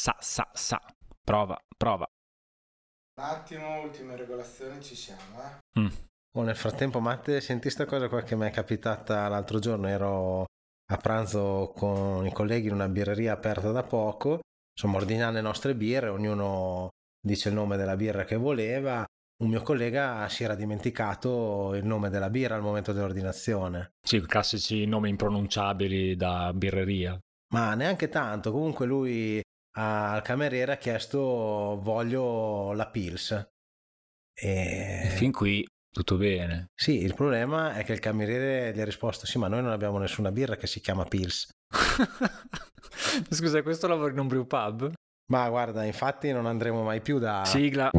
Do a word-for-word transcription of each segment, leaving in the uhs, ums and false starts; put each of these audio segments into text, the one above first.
sa, sa, sa. Prova, prova. Un attimo, ultime regolazioni, ci siamo, eh. Mm. Oh, nel frattempo, Matte, senti sta cosa qua che mi è capitata l'altro giorno. Ero a pranzo con i colleghi in una birreria aperta da poco, insomma ordiniamo le nostre birre, ognuno dice il nome della birra che voleva. Un mio collega si era dimenticato il nome della birra al momento dell'ordinazione. Sì, classici nomi impronunciabili da birreria. Ma neanche tanto, comunque lui al cameriere ha chiesto voglio la Pils. E... e fin qui tutto bene. Sì, il problema è che il cameriere gli ha risposto sì, ma noi non abbiamo nessuna birra che si chiama Pils. Scusa, questo lavoro in un brew pub? Ma guarda, infatti non andremo mai più da... Sigla.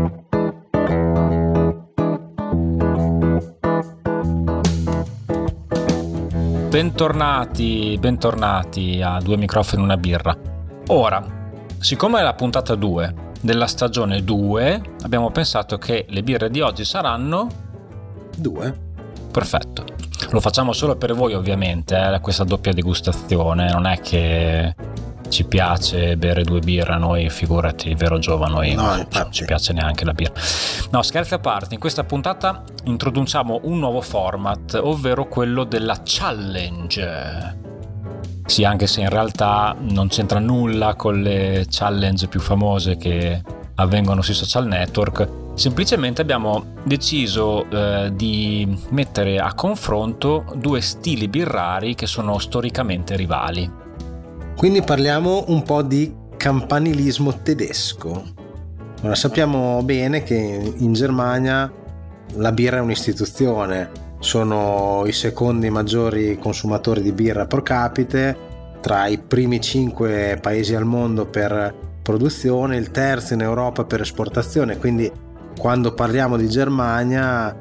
Bentornati, bentornati a Due Microfoni e una Birra. Ora, siccome è la puntata due della stagione due, abbiamo pensato che le birre di oggi saranno... Due? Perfetto. Lo facciamo solo per voi, ovviamente, eh, questa doppia degustazione. Non è che ci piace bere due birre a noi, figurati, vero Giova, noi no, non ci, ci piace neanche la birra. No, scherzi a parte, in questa puntata introduciamo un nuovo format, ovvero quello della challenge. Sì, anche se in realtà non c'entra nulla con le challenge più famose che avvengono sui social network. Semplicemente abbiamo deciso eh, di mettere a confronto due stili birrari che sono storicamente rivali. Quindi parliamo un po' di campanilismo tedesco. Ora, sappiamo bene che in Germania la birra è un'istituzione. Sono i secondi maggiori consumatori di birra pro capite, tra i primi cinque paesi al mondo per produzione, il terzo in Europa per esportazione. Quindi quando parliamo di Germania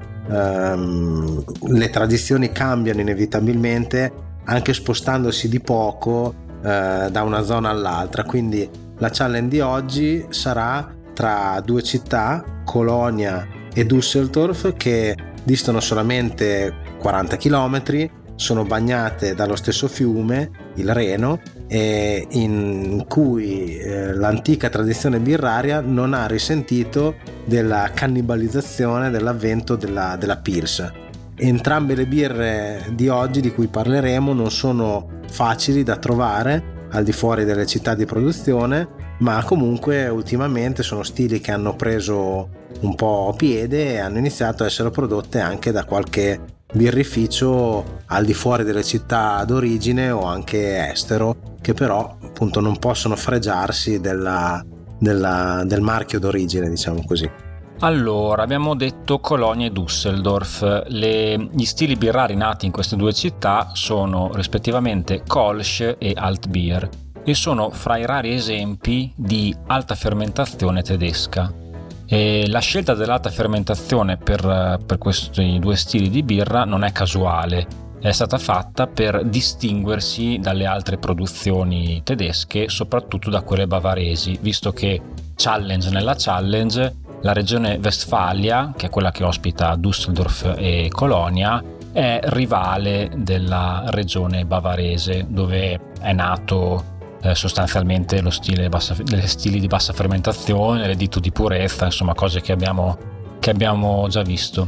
ehm, le tradizioni cambiano inevitabilmente, anche spostandosi di poco eh, da una zona all'altra. Quindi la challenge di oggi sarà tra due città, Colonia e Düsseldorf, che distano solamente quaranta chilometri, sono bagnate dallo stesso fiume, il Reno, e in cui eh, l'antica tradizione birraria non ha risentito della cannibalizzazione dell'avvento della, della Pils. Entrambe le birre di oggi di cui parleremo non sono facili da trovare al di fuori delle città di produzione, ma comunque ultimamente sono stili che hanno preso un po' piede e hanno iniziato a essere prodotte anche da qualche birrificio al di fuori delle città d'origine o anche estero, che però appunto non possono fregiarsi della, della, del marchio d'origine, diciamo così. Allora, abbiamo detto Colonia e Düsseldorf. Le, gli stili birrari nati in queste due città sono rispettivamente Kolsch e Altbier e sono fra i rari esempi di alta fermentazione tedesca. E la scelta dell'alta fermentazione per, per questi due stili di birra non è casuale, è stata fatta per distinguersi dalle altre produzioni tedesche, soprattutto da quelle bavaresi, visto che challenge nella challenge la regione Westfalia, che è quella che ospita Düsseldorf e Colonia, è rivale della regione bavarese, dove è nato eh, sostanzialmente lo stile bassa, delle stili di bassa fermentazione, l'editto di purezza, insomma cose che abbiamo, che abbiamo già visto.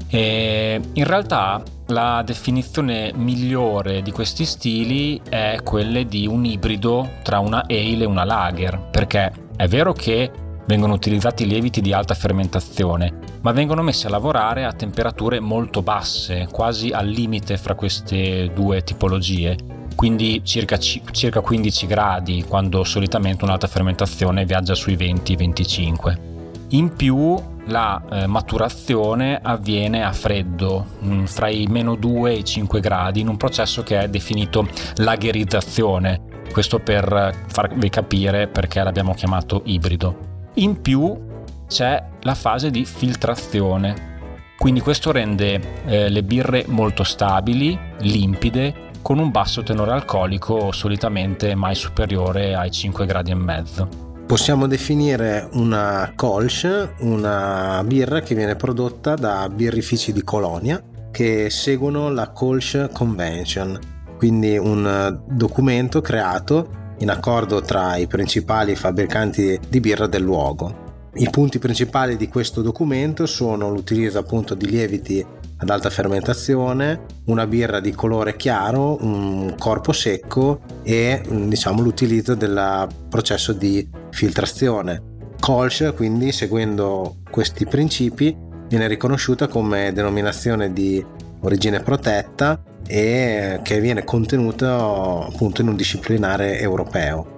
E in realtà la definizione migliore di questi stili è quella di un ibrido tra una ale e una lager, perché è vero che vengono utilizzati lieviti di alta fermentazione, ma vengono messi a lavorare a temperature molto basse, quasi al limite fra queste due tipologie, quindi circa, circa quindici gradi, quando solitamente un'alta fermentazione viaggia sui venti venticinque. In più la eh, maturazione avviene a freddo, mh, fra i meno due e i cinque gradi, in un processo che è definito lagerizzazione, questo per farvi capire perché l'abbiamo chiamato ibrido. In più c'è la fase di filtrazione, quindi questo rende eh, le birre molto stabili, limpide, con un basso tenore alcolico solitamente mai superiore ai cinque gradi e mezzo. Possiamo definire una Kolsch una birra che viene prodotta da birrifici di Colonia che seguono la Kolsch Convention, quindi un documento creato in accordo tra i principali fabbricanti di birra del luogo. I punti principali di questo documento sono l'utilizzo appunto di lieviti ad alta fermentazione, una birra di colore chiaro, un corpo secco e diciamo l'utilizzo del processo di filtrazione. Kolsch, quindi, seguendo questi principi, viene riconosciuta come denominazione di origine protetta e che viene contenuta appunto in un disciplinare europeo.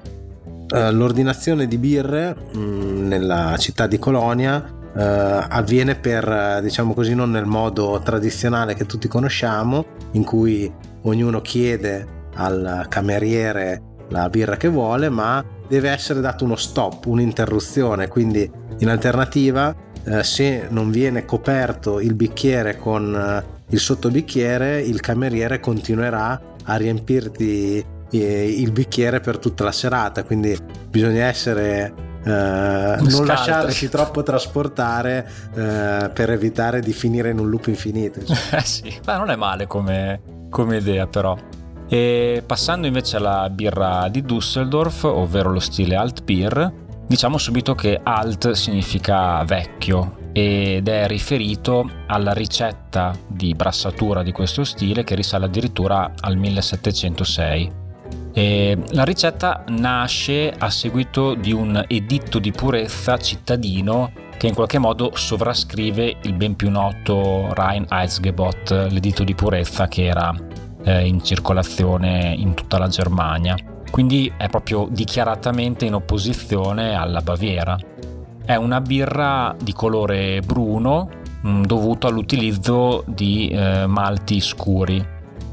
L'ordinazione di birre mh, nella città di Colonia eh, avviene per, diciamo così, non nel modo tradizionale che tutti conosciamo, in cui ognuno chiede al cameriere la birra che vuole, ma deve essere dato uno stop, un'interruzione. Quindi in alternativa, eh, se non viene coperto il bicchiere con eh, il sottobicchiere, il cameriere continuerà a riempirti il bicchiere per tutta la serata, quindi bisogna essere eh, non lasciarsi troppo trasportare eh, per evitare di finire in un loop infinito. Eh sì, ma non è male come, come idea però. E passando invece alla birra di Düsseldorf, ovvero lo stile Altbier, diciamo subito che Alt significa vecchio ed è riferito alla ricetta di brassatura di questo stile che risale addirittura al millesettecentosei. E la ricetta nasce a seguito di un editto di purezza cittadino che in qualche modo sovrascrive il ben più noto Reinheitsgebot, l'editto di purezza che era eh, in circolazione in tutta la Germania. Quindi è proprio dichiaratamente in opposizione alla Baviera. È una birra di colore bruno mh, dovuto all'utilizzo di eh, malti scuri.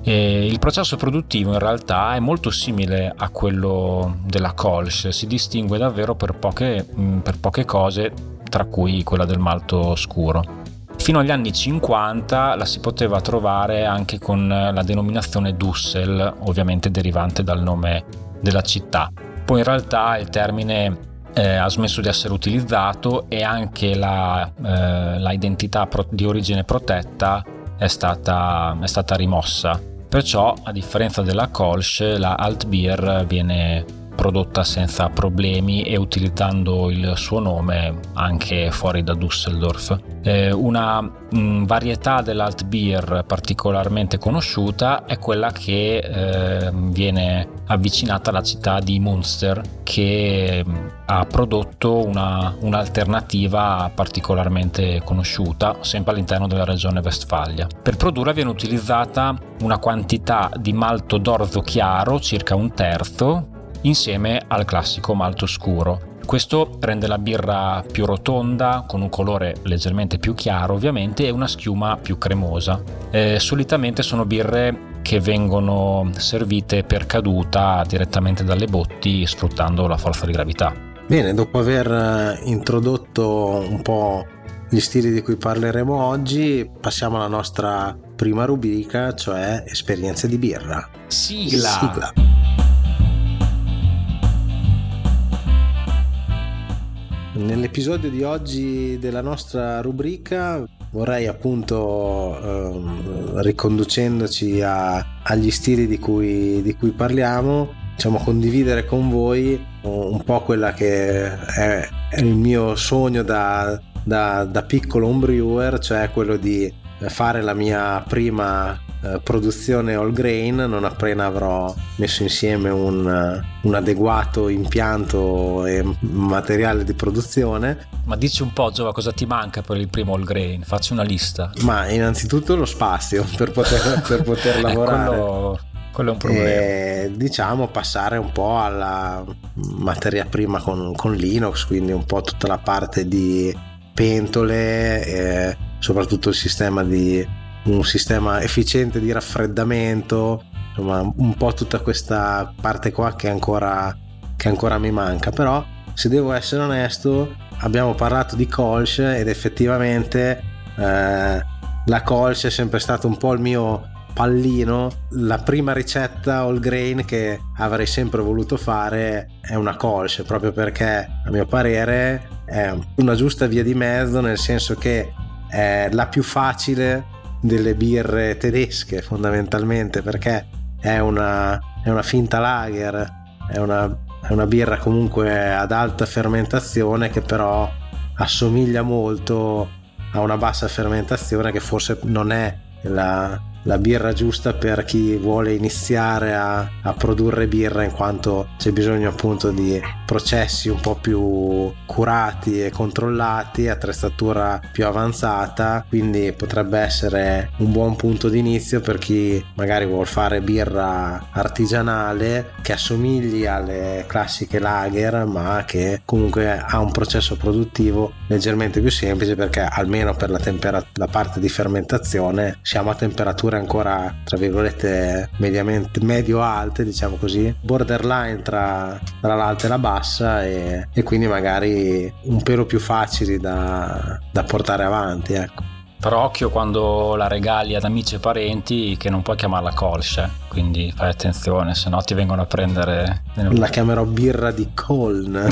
E il processo produttivo in realtà è molto simile a quello della Kolsch, si distingue davvero per poche, per poche cose, tra cui quella del malto scuro. Fino agli anni cinquanta la si poteva trovare anche con la denominazione Dussel, ovviamente derivante dal nome della città. Poi in realtà il termine eh, ha smesso di essere utilizzato e anche la, eh, la identità pro- di origine protetta è stata, è stata rimossa. Perciò, a differenza della Kolsch, la Altbier viene prodotta senza problemi e utilizzando il suo nome anche fuori da Düsseldorf. Eh, una mh, varietà dell'Altbier particolarmente conosciuta è quella che eh, viene avvicinata alla città di Münster, che mh, ha prodotto una, un'alternativa particolarmente conosciuta, sempre all'interno della regione Westfalia. Per produrla viene utilizzata una quantità di malto d'orzo chiaro, circa un terzo, insieme al classico malto scuro. Questo rende la birra più rotonda, con un colore leggermente più chiaro ovviamente e una schiuma più cremosa. Eh, solitamente sono birre che vengono servite per caduta direttamente dalle botti sfruttando la forza di gravità. Bene, dopo aver introdotto un po' gli stili di cui parleremo oggi, passiamo alla nostra prima rubrica, cioè esperienze di birra. Sigla! Sigla. Nell'episodio di oggi della nostra rubrica vorrei appunto ehm, riconducendoci a, agli stili di cui, di cui parliamo, diciamo, condividere con voi un po' quella che è, è il mio sogno da, da, da piccolo homebrewer, cioè quello di fare la mia prima eh, produzione all grain non appena avrò messo insieme un, un adeguato impianto e materiale di produzione. Ma dici un po', Giova, cosa ti manca per il primo all grain? Facci una lista. Ma innanzitutto lo spazio per poter, per poter lavorare. Eh, quello, quello è un problema. E, diciamo, passare un po' alla materia prima con, con l'inox, quindi un po' tutta la parte di pentole e soprattutto il sistema di un sistema efficiente di raffreddamento, insomma un po' tutta questa parte qua che ancora che ancora mi manca. Però se devo essere onesto, abbiamo parlato di Kolsch ed effettivamente eh, la Kolsch è sempre stato un po' il mio pallino. La prima ricetta all grain che avrei sempre voluto fare è una Kolsch, proprio perché a mio parere è una giusta via di mezzo, nel senso che è la più facile delle birre tedesche fondamentalmente, perché è una, è una finta lager è una, è una birra comunque ad alta fermentazione, che però assomiglia molto a una bassa fermentazione, che forse non è la, la birra giusta per chi vuole iniziare a, a produrre birra, in quanto c'è bisogno appunto di processi un po' più curati e controllati, attrezzatura più avanzata, quindi potrebbe essere un buon punto di inizio per chi magari vuol fare birra artigianale che assomigli alle classiche lager, ma che comunque ha un processo produttivo leggermente più semplice, perché almeno per la, tempera- la parte di fermentazione siamo a temperature ancora tra virgolette mediamente medio alte, diciamo così, borderline tra, tra l'alta e la bassa, e, e quindi magari un pelo più facili da, da portare avanti, ecco. Però occhio quando la regali ad amici e parenti, che non puoi chiamarla Kolsch, quindi fai attenzione, se no ti vengono a prendere. La chiamerò birra di Köln.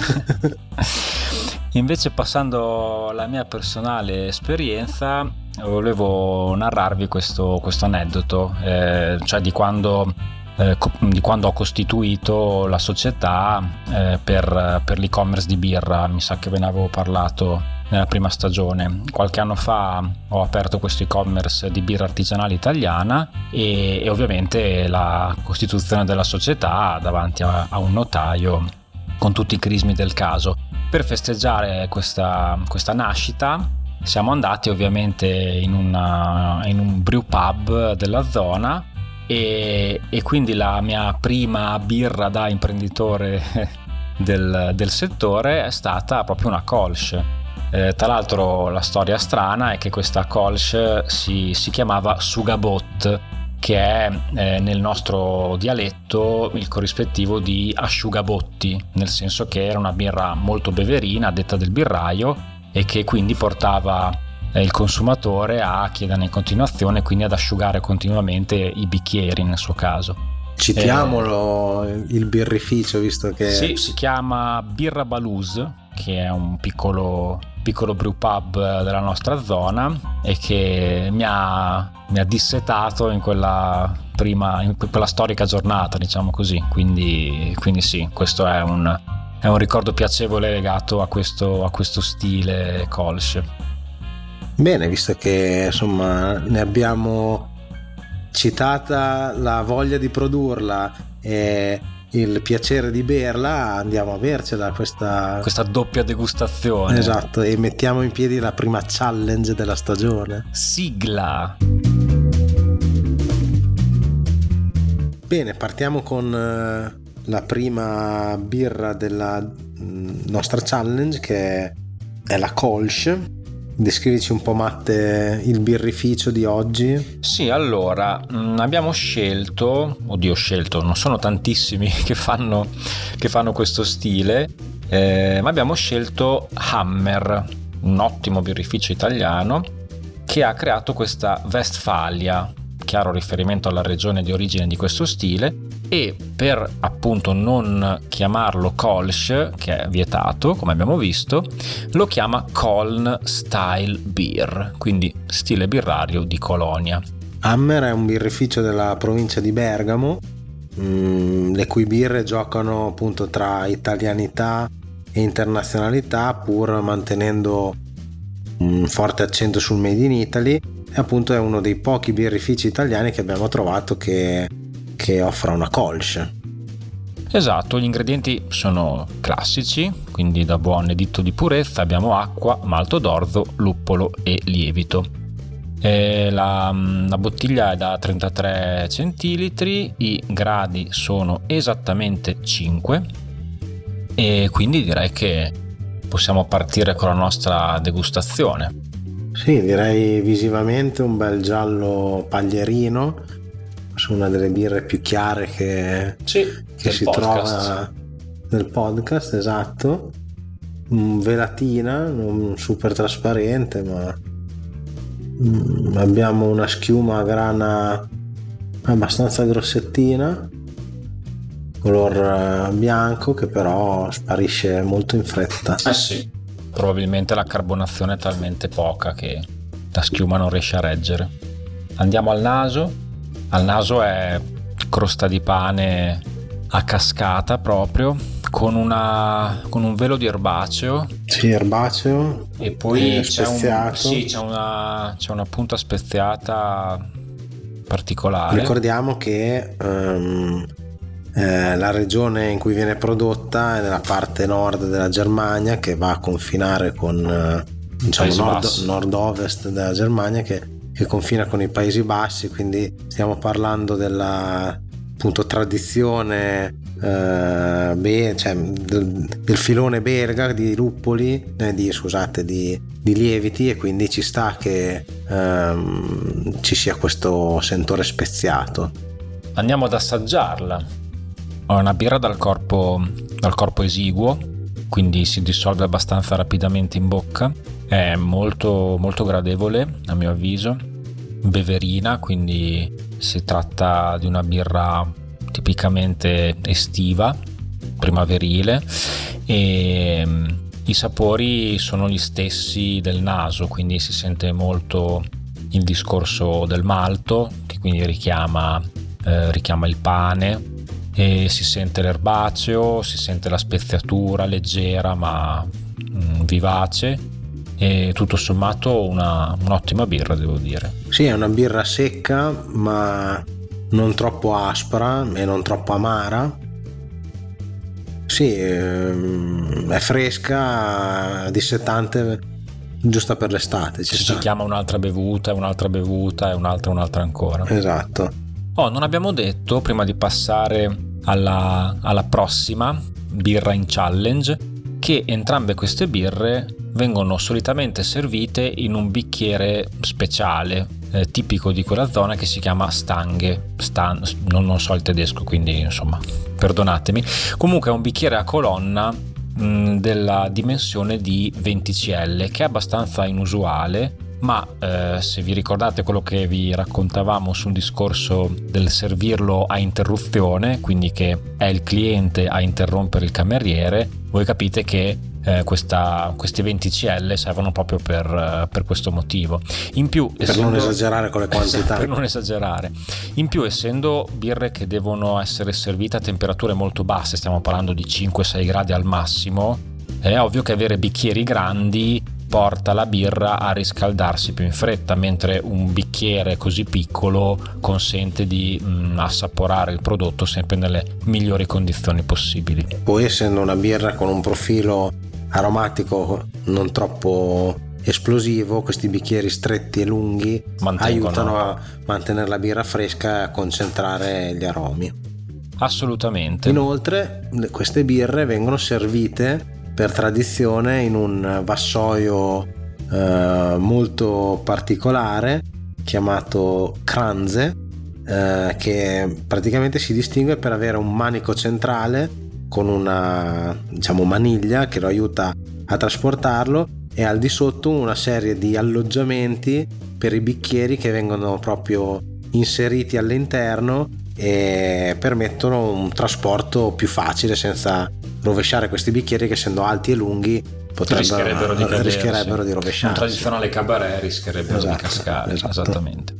Invece, passando alla mia personale esperienza, volevo narrarvi questo, questo aneddoto, eh, cioè di quando, eh, co- di quando ho costituito la società eh, per, per l'e-commerce di birra. Mi sa che ve ne avevo parlato nella prima stagione. Qualche anno fa ho aperto questo e-commerce di birra artigianale italiana e, e ovviamente la costituzione della società davanti a, a un notaio, con tutti i crismi del caso. Per festeggiare questa, questa nascita siamo andati ovviamente in, una, in un brew pub della zona e, e quindi la mia prima birra da imprenditore del, del settore è stata proprio una Kolsch. Eh, tra l'altro la storia strana è che questa Kolsch si, si chiamava Sugabot, che è eh, nel nostro dialetto il corrispettivo di asciugabotti, nel senso che era una birra molto beverina a detta del birraio e che quindi portava eh, il consumatore a chiedere in continuazione, quindi ad asciugare continuamente i bicchieri nel suo caso. Citiamolo eh, il birrificio, visto che sì, si chiama Birra Baluz, che è un piccolo piccolo brew pub della nostra zona e che mi ha, mi ha dissetato in quella prima in quella storica giornata, diciamo così, quindi, quindi sì, questo è un, è un ricordo piacevole legato a questo, a questo stile Kolsch. Bene, visto che insomma ne abbiamo citata la voglia di produrla e il piacere di berla, andiamo a bercela questa questa doppia degustazione. Esatto, e mettiamo in piedi la prima challenge della stagione. Sigla. Bene, partiamo con la prima birra della nostra challenge, che è la Kolsch. Descrivici un po', Matte, il birrificio di oggi. Sì, allora mh, abbiamo scelto, oddio scelto, non sono tantissimi che fanno, che fanno questo stile, eh, ma abbiamo scelto Hammer, un ottimo birrificio italiano che ha creato questa Westfalia, chiaro riferimento alla regione di origine di questo stile, e per appunto non chiamarlo Kolsch, che è vietato come abbiamo visto, lo chiama Köln Style Beer, quindi stile birrario di Colonia. Hammer è un birrificio della provincia di Bergamo, mh, le cui birre giocano appunto tra italianità e internazionalità, pur mantenendo un forte accento sul Made in Italy, e appunto è uno dei pochi birrifici italiani che abbiamo trovato che che offra una Kolsch. Esatto, gli ingredienti sono classici, quindi da buon editto di purezza abbiamo acqua, malto d'orzo, luppolo e lievito. E la, la bottiglia è da trentatré centilitri, i gradi sono esattamente cinque e quindi direi che possiamo partire con la nostra degustazione. Sì, direi visivamente un bel giallo paglierino, su una delle birre più chiare che, sì, che si podcast. trova nel podcast, esatto. Velatina, non super trasparente, ma mm, abbiamo una schiuma a grana abbastanza grossettina, color bianco, che però sparisce molto in fretta. Eh sì, probabilmente la carbonazione è talmente poca che la schiuma non riesce a reggere. Andiamo al naso. Al naso è crosta di pane a cascata proprio, con, una, con un velo di erbaceo. Sì, erbaceo. E poi eh, c'è, speziato. un, sì, c'è, una, c'è una punta speziata particolare. Ricordiamo che um, eh, la regione in cui viene prodotta è nella parte nord della Germania, che va a confinare con eh, diciamo nord, nord-ovest della Germania, che, che confina con i Paesi Bassi, quindi stiamo parlando della appunto tradizione eh, be- cioè, del, del filone belga di luppoli, eh, di, scusate, di, di lieviti, e quindi ci sta che ehm, ci sia questo sentore speziato. Andiamo ad assaggiarla. È una birra dal corpo, dal corpo esiguo, quindi si dissolve abbastanza rapidamente in bocca, è molto, molto gradevole a mio avviso, beverina, quindi si tratta di una birra tipicamente estiva, primaverile, e i sapori sono gli stessi del naso, quindi si sente molto il discorso del malto, che quindi richiama, eh, richiama il pane, e si sente l'erbaceo, si sente la speziatura leggera ma mh, vivace, e tutto sommato una, un'ottima birra, devo dire. Sì, è una birra secca ma non troppo aspra e non troppo amara. Sì, ehm, è fresca, dissetante, giusta per l'estate. Ci si sta. chiama un'altra bevuta, un'altra bevuta e un'altra, un'altra ancora. Esatto. Oh, non abbiamo detto, prima di passare alla, alla prossima birra in challenge, che entrambe queste birre vengono solitamente servite in un bicchiere speciale, eh, tipico di quella zona, che si chiama Stange. Stan, non, non so il tedesco, quindi insomma perdonatemi. Comunque è un bicchiere a colonna mh, della dimensione di venti centilitri, che è abbastanza inusuale, ma eh, se vi ricordate quello che vi raccontavamo sul discorso del servirlo a interruzione, quindi che è il cliente a interrompere il cameriere, voi capite che eh, questa, questi venti centilitri servono proprio per, per questo motivo. In più, per essendo, non esagerare con le quantità. Per non esagerare. In più, essendo birre che devono essere servite a temperature molto basse, stiamo parlando di cinque sei gradi al massimo, è ovvio che avere bicchieri grandi porta la birra a riscaldarsi più in fretta, mentre un bicchiere così piccolo consente di mh, assaporare il prodotto sempre nelle migliori condizioni possibili. Poi, essendo una birra con un profilo aromatico non troppo esplosivo, questi bicchieri stretti e lunghi Mantengono. aiutano a mantenere la birra fresca e a concentrare gli aromi. Assolutamente. Inoltre queste birre vengono servite per tradizione in un vassoio eh, molto particolare chiamato Kranze, eh, che praticamente si distingue per avere un manico centrale con una, diciamo, maniglia che lo aiuta a trasportarlo, e al di sotto una serie di alloggiamenti per i bicchieri che vengono proprio inseriti all'interno e permettono un trasporto più facile senza rovesciare questi bicchieri che, essendo alti e lunghi, potrebbero rischierebbero di, cadere, rischierebbero sì. di rovesciarsi. Un tradizionale cabaret rischierebbero esatto, di cascare. esatto. Esattamente.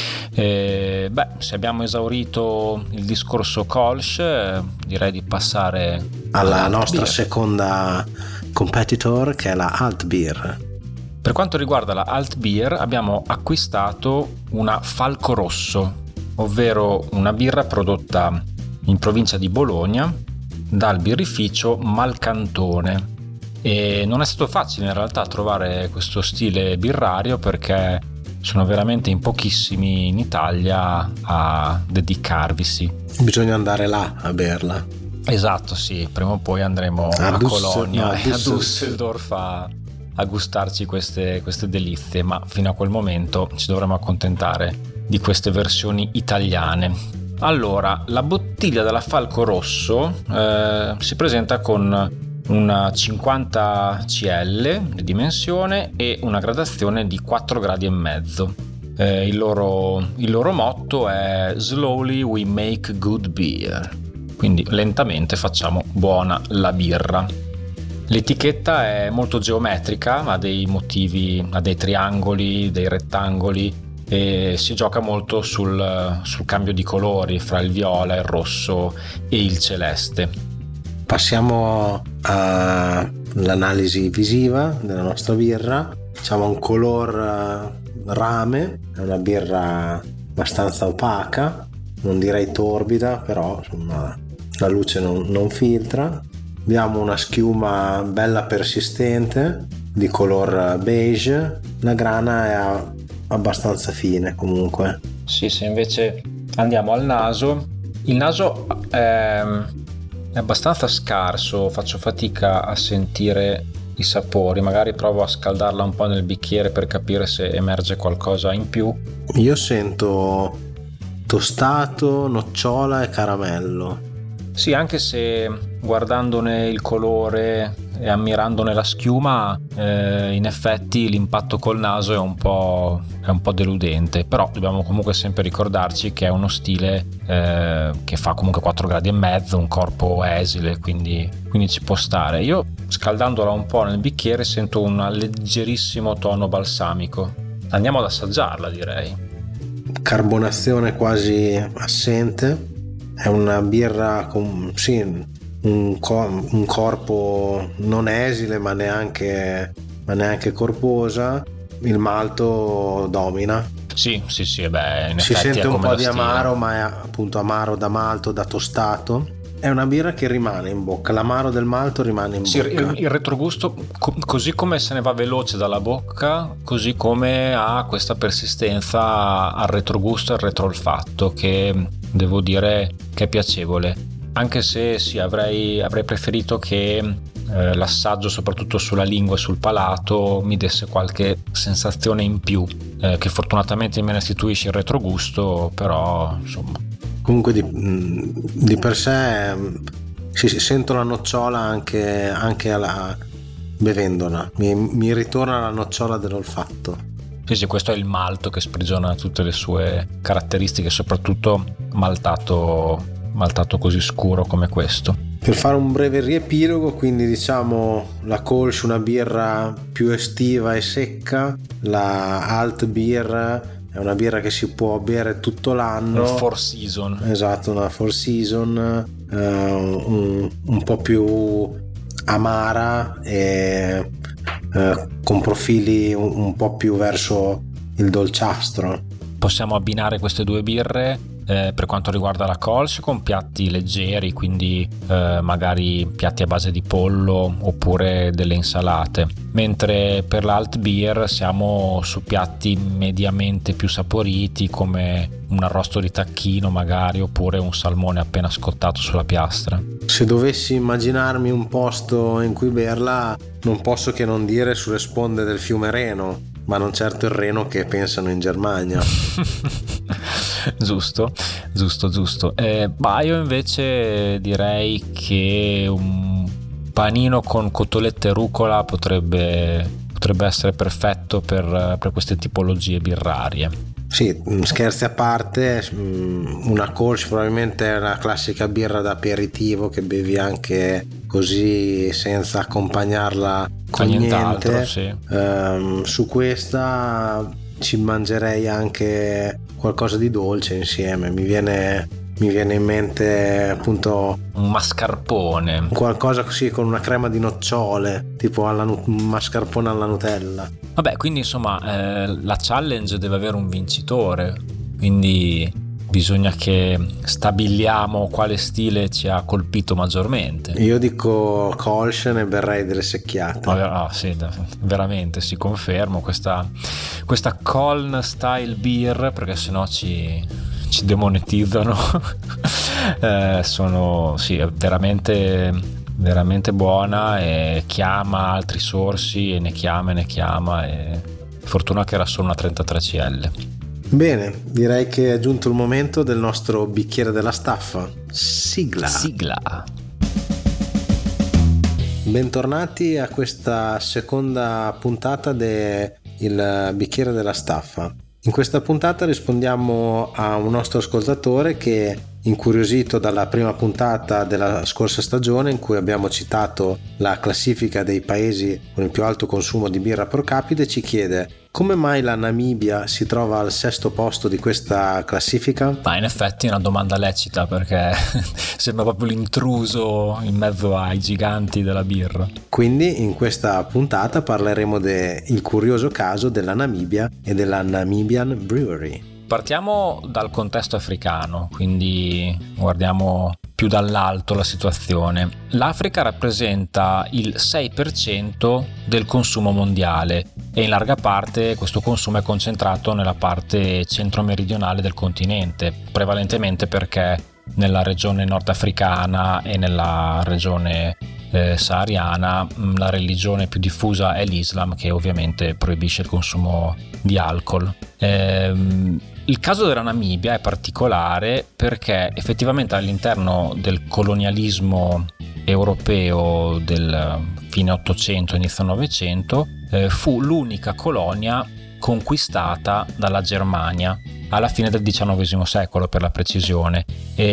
E, beh, se abbiamo esaurito il discorso Kolsch, direi di passare alla nostra beer. seconda competitor, che è la Alt Beer. Per quanto riguarda la Alt Beer, abbiamo acquistato una Falco Rosso, ovvero una birra prodotta in provincia di Bologna dal birrificio Malcantone, e non è stato facile in realtà trovare questo stile birrario, perché sono veramente in pochissimi in Italia a dedicarvisi. Bisogna andare là a berla. Esatto, sì, prima o poi andremo a, a Dussel- Colonia no, e a Düsseldorf a, a gustarci queste, queste delizie, ma fino a quel momento ci dovremo accontentare di queste versioni italiane. Allora, la bottiglia della Falco Rosso eh, si presenta con una cinquanta centilitri di dimensione e una gradazione di quattro gradi e mezzo. Eh, il, loro, il loro motto è Slowly we make good beer, quindi lentamente facciamo buona la birra. L'etichetta è molto geometrica, ha dei motivi, ha dei triangoli, dei rettangoli e si gioca molto sul, sul cambio di colori fra il viola, il rosso e il celeste. Passiamo all'analisi visiva della nostra birra. Diciamo un color rame, è una birra abbastanza opaca, non direi torbida, però insomma la luce non, non filtra. Abbiamo una schiuma bella persistente di color beige, la grana è abbastanza fine comunque. Sì, se invece andiamo al naso, il naso è, è abbastanza scarso, faccio fatica a sentire i sapori, magari provo a scaldarla un po' nel bicchiere per capire se emerge qualcosa in più. Io sento tostato, nocciola e caramello. Sì, anche se guardandone il colore e ammirandone la schiuma, eh, in effetti l'impatto col naso è un po', è un po' deludente, però dobbiamo comunque sempre ricordarci che è uno stile eh, che fa comunque quattro gradi e mezzo, un corpo esile, quindi, quindi ci può stare. Io scaldandola un po' nel bicchiere sento un leggerissimo tono balsamico. Andiamo ad assaggiarla, direi. Carbonazione quasi assente, è una birra con sì, un, co- un corpo non esile ma neanche, ma neanche corposa. Il malto domina. Sì, sì, sì, beh, in si effetti sente è un come po' di stile. amaro, ma è appunto amaro da malto, da tostato. È una birra che rimane in bocca, l'amaro del malto rimane in sì, bocca. Il, il retrogusto, co- così come se ne va veloce dalla bocca, così come ha questa persistenza al retrogusto e al retroolfatto, che devo dire che è piacevole. Anche se sì, avrei, avrei preferito che eh, l'assaggio, soprattutto sulla lingua e sul palato, mi desse qualche sensazione in più, eh, che fortunatamente mi restituisce il retrogusto, però insomma. Comunque di, di per sé sì, sento la nocciola anche, anche alla, bevendola, mi, mi ritorna la nocciola dell'olfatto. Sì, sì, questo è il malto che sprigiona tutte le sue caratteristiche, soprattutto maltato, maltato così scuro come questo. Per fare un breve riepilogo, quindi diciamo la Kolsch una birra più estiva e secca, la Alt Beer è una birra che si può bere tutto l'anno. Un four season. Esatto, una four season, uh, un, un po' più amara e uh, con profili un, un po' più verso il dolciastro. Possiamo abbinare queste due birre eh, per quanto riguarda la Kolsch con piatti leggeri, quindi eh, magari piatti a base di pollo oppure delle insalate, mentre per l'Alt Beer siamo su piatti mediamente più saporiti come un arrosto di tacchino magari, oppure un salmone appena scottato sulla piastra. Se dovessi immaginarmi un posto in cui berla, non posso che non dire sulle sponde del fiume Reno, ma non certo il Reno che pensano in Germania. giusto, giusto, giusto. Eh, ma io invece direi che un panino con cotolette e rucola potrebbe, potrebbe essere perfetto per, per queste tipologie birrarie. Sì, scherzi a parte, una Kolsch probabilmente è una classica birra da aperitivo che bevi anche così senza accompagnarla con niente. Sì. Um, su questa ci mangerei anche qualcosa di dolce insieme. Mi viene, mi viene in mente appunto un mascarpone, qualcosa così con una crema di nocciole, tipo alla, un mascarpone alla Nutella. Vabbè, quindi insomma eh, la challenge deve avere un vincitore, quindi bisogna che stabiliamo quale stile ci ha colpito maggiormente. Io dico Kolsch, ne berrei delle secchiate. Ah, sì, veramente si confermo questa, questa Köln style beer, perché sennò ci, ci demonetizzano. eh, sono sì, è veramente veramente buona e chiama altri sorsi e ne chiama e ne chiama e fortuna che era solo una trentatré centilitri. Bene, direi che è giunto il momento del nostro bicchiere della staffa. Sigla. Sigla. Bentornati a questa seconda puntata del bicchiere della staffa. In questa puntata rispondiamo a un nostro ascoltatore che, incuriosito dalla prima puntata della scorsa stagione in cui abbiamo citato la classifica dei paesi con il più alto consumo di birra pro capite, ci chiede: come mai la Namibia si trova al sesto posto di questa classifica? Ma in effetti è una domanda lecita, perché sembra proprio l'intruso in mezzo ai giganti della birra. Quindi in questa puntata parleremo del curioso caso della Namibia e della Namibian Brewery. Partiamo dal contesto africano, quindi guardiamo più dall'alto la situazione. L'Africa rappresenta il sei per cento del consumo mondiale e in larga parte questo consumo è concentrato nella parte centro-meridionale del continente, prevalentemente perché nella regione nordafricana e nella regione eh, sahariana la religione più diffusa è l'Islam, che ovviamente proibisce il consumo di alcol. Ehm, Il caso della Namibia è particolare perché effettivamente all'interno del colonialismo europeo del fine Ottocento, inizio Novecento, eh, fu l'unica colonia conquistata dalla Germania alla fine del diciannovesimo secolo, per la precisione,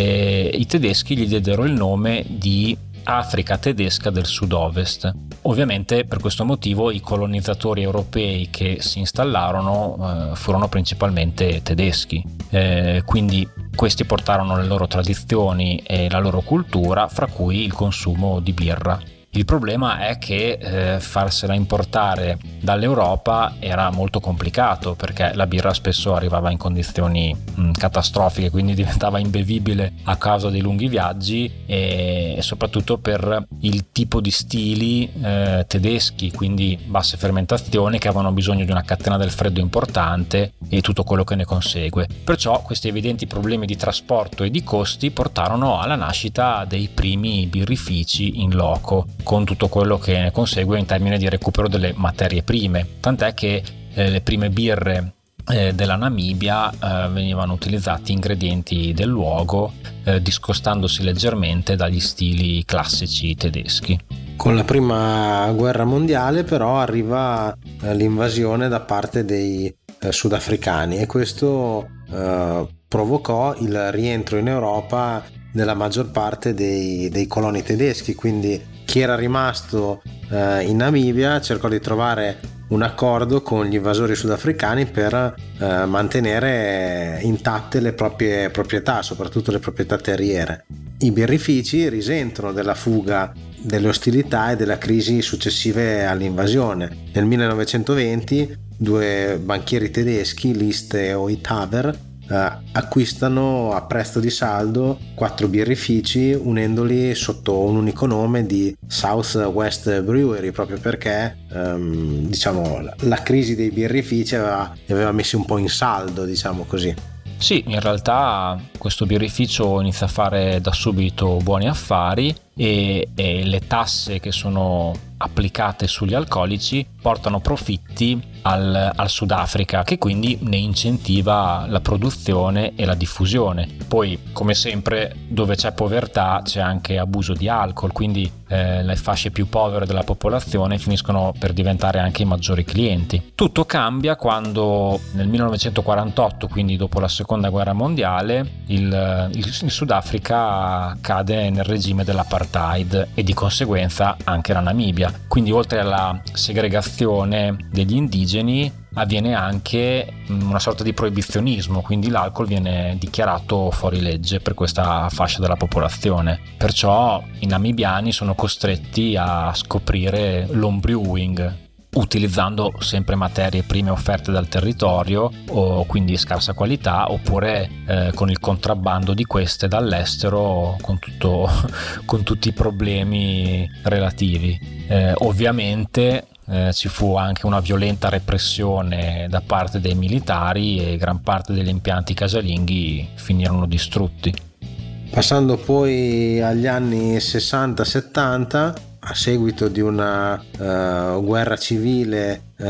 e i tedeschi gli diedero il nome di Africa tedesca del sud-ovest. Ovviamente per questo motivo i colonizzatori europei che si installarono eh, furono principalmente tedeschi, eh, quindi questi portarono le loro tradizioni e la loro cultura, fra cui il consumo di birra. Il problema è che eh, farsela importare dall'Europa era molto complicato, perché la birra spesso arrivava in condizioni mh, catastrofiche, quindi diventava imbevibile a causa dei lunghi viaggi e, e soprattutto per il tipo di stili eh, tedeschi, quindi basse fermentazioni, che avevano bisogno di una catena del freddo importante e tutto quello che ne consegue. Perciò questi evidenti problemi di trasporto e di costi portarono alla nascita dei primi birrifici in loco, con tutto quello che ne consegue in termini di recupero delle materie prime, tant'è che eh, le prime birre eh, della Namibia eh, venivano utilizzati ingredienti del luogo, eh, discostandosi leggermente dagli stili classici tedeschi. Con la prima guerra mondiale però arriva eh, l'invasione da parte dei eh, sudafricani e questo eh, provocò il rientro in Europa della maggior parte dei, dei coloni tedeschi, quindi chi era rimasto eh, in Namibia cercò di trovare un accordo con gli invasori sudafricani per eh, mantenere intatte le proprie proprietà, soprattutto le proprietà terriere. I birrifici risentono della fuga, delle ostilità e della crisi successive all'invasione. Nel millenovecentoventi due banchieri tedeschi, List e Oithaber, Uh, acquistano a prezzo di saldo quattro birrifici unendoli sotto un unico nome di South West Brewery, proprio perché um, diciamo la crisi dei birrifici aveva, li aveva messi un po' in saldo, diciamo così. Sì, in realtà questo birrificio inizia a fare da subito buoni affari e, e le tasse che sono applicate sugli alcolici portano profitti al, al Sudafrica, che quindi ne incentiva la produzione e la diffusione. Poi, come sempre, dove c'è povertà c'è anche abuso di alcol, quindi eh, le fasce più povere della popolazione finiscono per diventare anche i maggiori clienti. Tutto cambia quando nel millenovecentoquarantotto, quindi dopo la seconda guerra mondiale, il, il, il Sudafrica cade nel regime dell'apartheid e di conseguenza anche la Namibia. Quindi oltre alla segregazione degli indigeni avviene anche una sorta di proibizionismo, quindi l'alcol viene dichiarato fuori legge per questa fascia della popolazione. Perciò i namibiani sono costretti a scoprire l'home brewing, utilizzando sempre materie prime offerte dal territorio o quindi scarsa qualità, oppure eh, con il contrabbando di queste dall'estero, con tutto con tutti i problemi relativi. Eh, ovviamente eh, ci fu anche una violenta repressione da parte dei militari e gran parte degli impianti casalinghi finirono distrutti. Passando poi agli anni sessanta settanta, a seguito di una uh, guerra civile uh,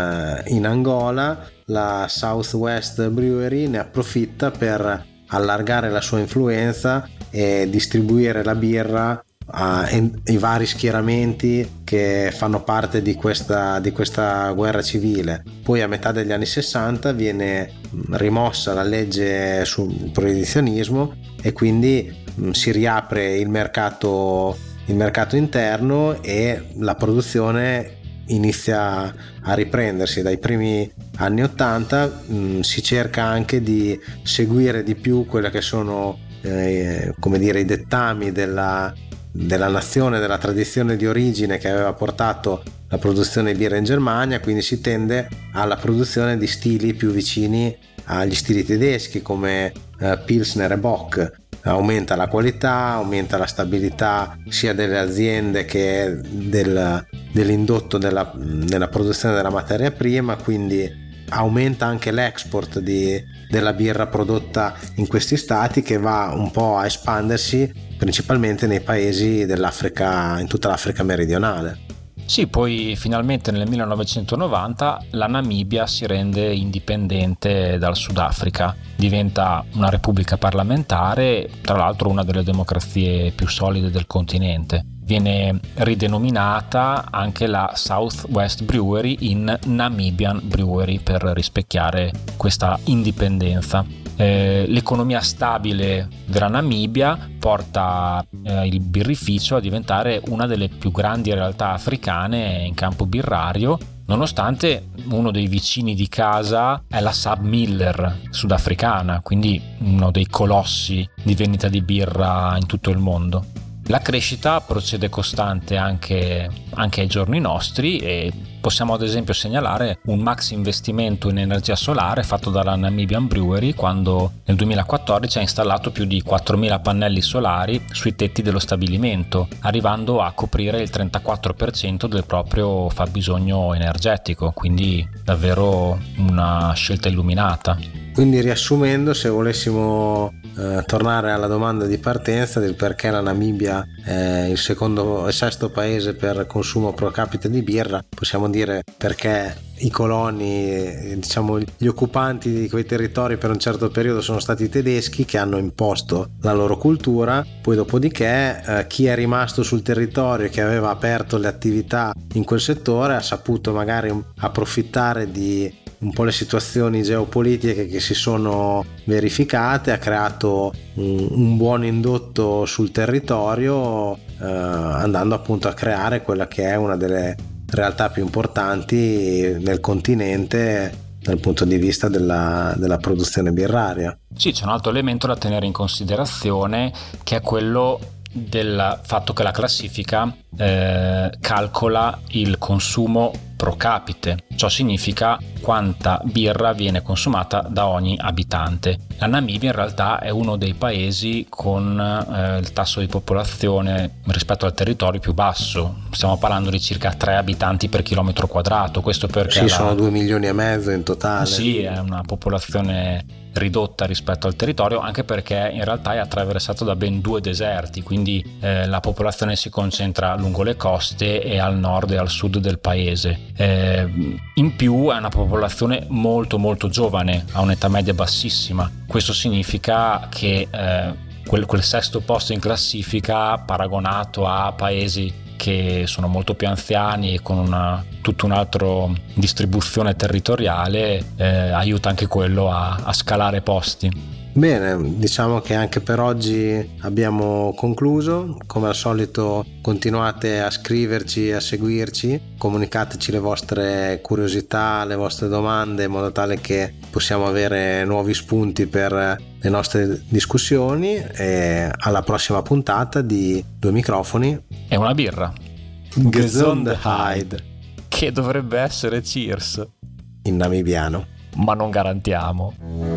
in Angola, la Southwest Brewery ne approfitta per allargare la sua influenza e distribuire la birra ai vari schieramenti che fanno parte di questa, di questa guerra civile. Poi a metà degli anni sessanta viene rimossa la legge sul proibizionismo e quindi mh, si riapre il mercato il mercato interno e la produzione inizia a riprendersi dai primi anni ottanta, mh, si cerca anche di seguire di più quelle che sono eh, come dire i dettami della, della nazione, della tradizione di origine che aveva portato la produzione di birra in Germania, quindi si tende alla produzione di stili più vicini agli stili tedeschi come eh, Pilsner e Bock. Aumenta la qualità, aumenta la stabilità sia delle aziende che del, dell'indotto della, della produzione della materia prima, quindi aumenta anche l'export di, della birra prodotta in questi stati, che va un po' a espandersi principalmente nei paesi dell'Africa, in tutta l'Africa meridionale. Sì, poi finalmente nel millenovecentonovanta la Namibia si rende indipendente dal Sudafrica, diventa una repubblica parlamentare, tra l'altro una delle democrazie più solide del continente. Viene ridenominata anche la South West Brewery in Namibian Brewery per rispecchiare questa indipendenza. Eh, l'economia stabile della Namibia porta eh, il birrificio a diventare una delle più grandi realtà africane in campo birrario, nonostante uno dei vicini di casa è la SABMiller sudafricana, quindi uno dei colossi di vendita di birra in tutto il mondo. La crescita procede costante anche, anche ai giorni nostri e possiamo ad esempio segnalare un max investimento in energia solare fatto dalla Namibian Brewery quando nel duemilaquattordici ha installato più di quattromila pannelli solari sui tetti dello stabilimento, arrivando a coprire il trentaquattro per cento del proprio fabbisogno energetico, quindi davvero una scelta illuminata. Quindi riassumendo, se volessimo eh, tornare alla domanda di partenza del perché la Namibia è il secondo e sesto paese per consumo pro capite di birra, possiamo dire perché i coloni, diciamo gli occupanti di quei territori per un certo periodo sono stati i tedeschi che hanno imposto la loro cultura, poi dopodiché eh, chi è rimasto sul territorio e che aveva aperto le attività in quel settore ha saputo magari approfittare di un po' le situazioni geopolitiche che si sono verificate, ha creato un, un buon indotto sul territorio, eh, andando appunto a creare quella che è una delle realtà più importanti nel continente dal punto di vista della, della produzione birraria. Sì, c'è un altro elemento da tenere in considerazione, che è quello del fatto che la classifica eh, calcola il consumo pro capite. Ciò significa quanta birra viene consumata da ogni abitante. La Namibia in realtà è uno dei paesi con eh, il tasso di popolazione rispetto al territorio più basso. Stiamo parlando di circa tre abitanti per chilometro quadrato. Questo perché sì, la... sono due milioni e mezzo in totale. Sì, è una popolazione ridotta rispetto al territorio, anche perché in realtà è attraversato da ben due deserti, quindi eh, la popolazione si concentra lungo le coste e al nord e al sud del paese. Eh, in più è una popolazione molto molto giovane, ha un'età media bassissima. Questo significa che eh, quel, quel sesto posto in classifica, paragonato a paesi che sono molto più anziani e con una tutta un'altra distribuzione territoriale, eh, aiuta anche quello a, a scalare posti. Bene, diciamo che anche per oggi abbiamo concluso. Come al solito continuate a scriverci, a seguirci, comunicateci le vostre curiosità, le vostre domande in modo tale che possiamo avere nuovi spunti per le nostre discussioni, e alla prossima puntata di Due microfoni e una birra, Gesundheit, che dovrebbe essere cheers in namibiano, ma non garantiamo.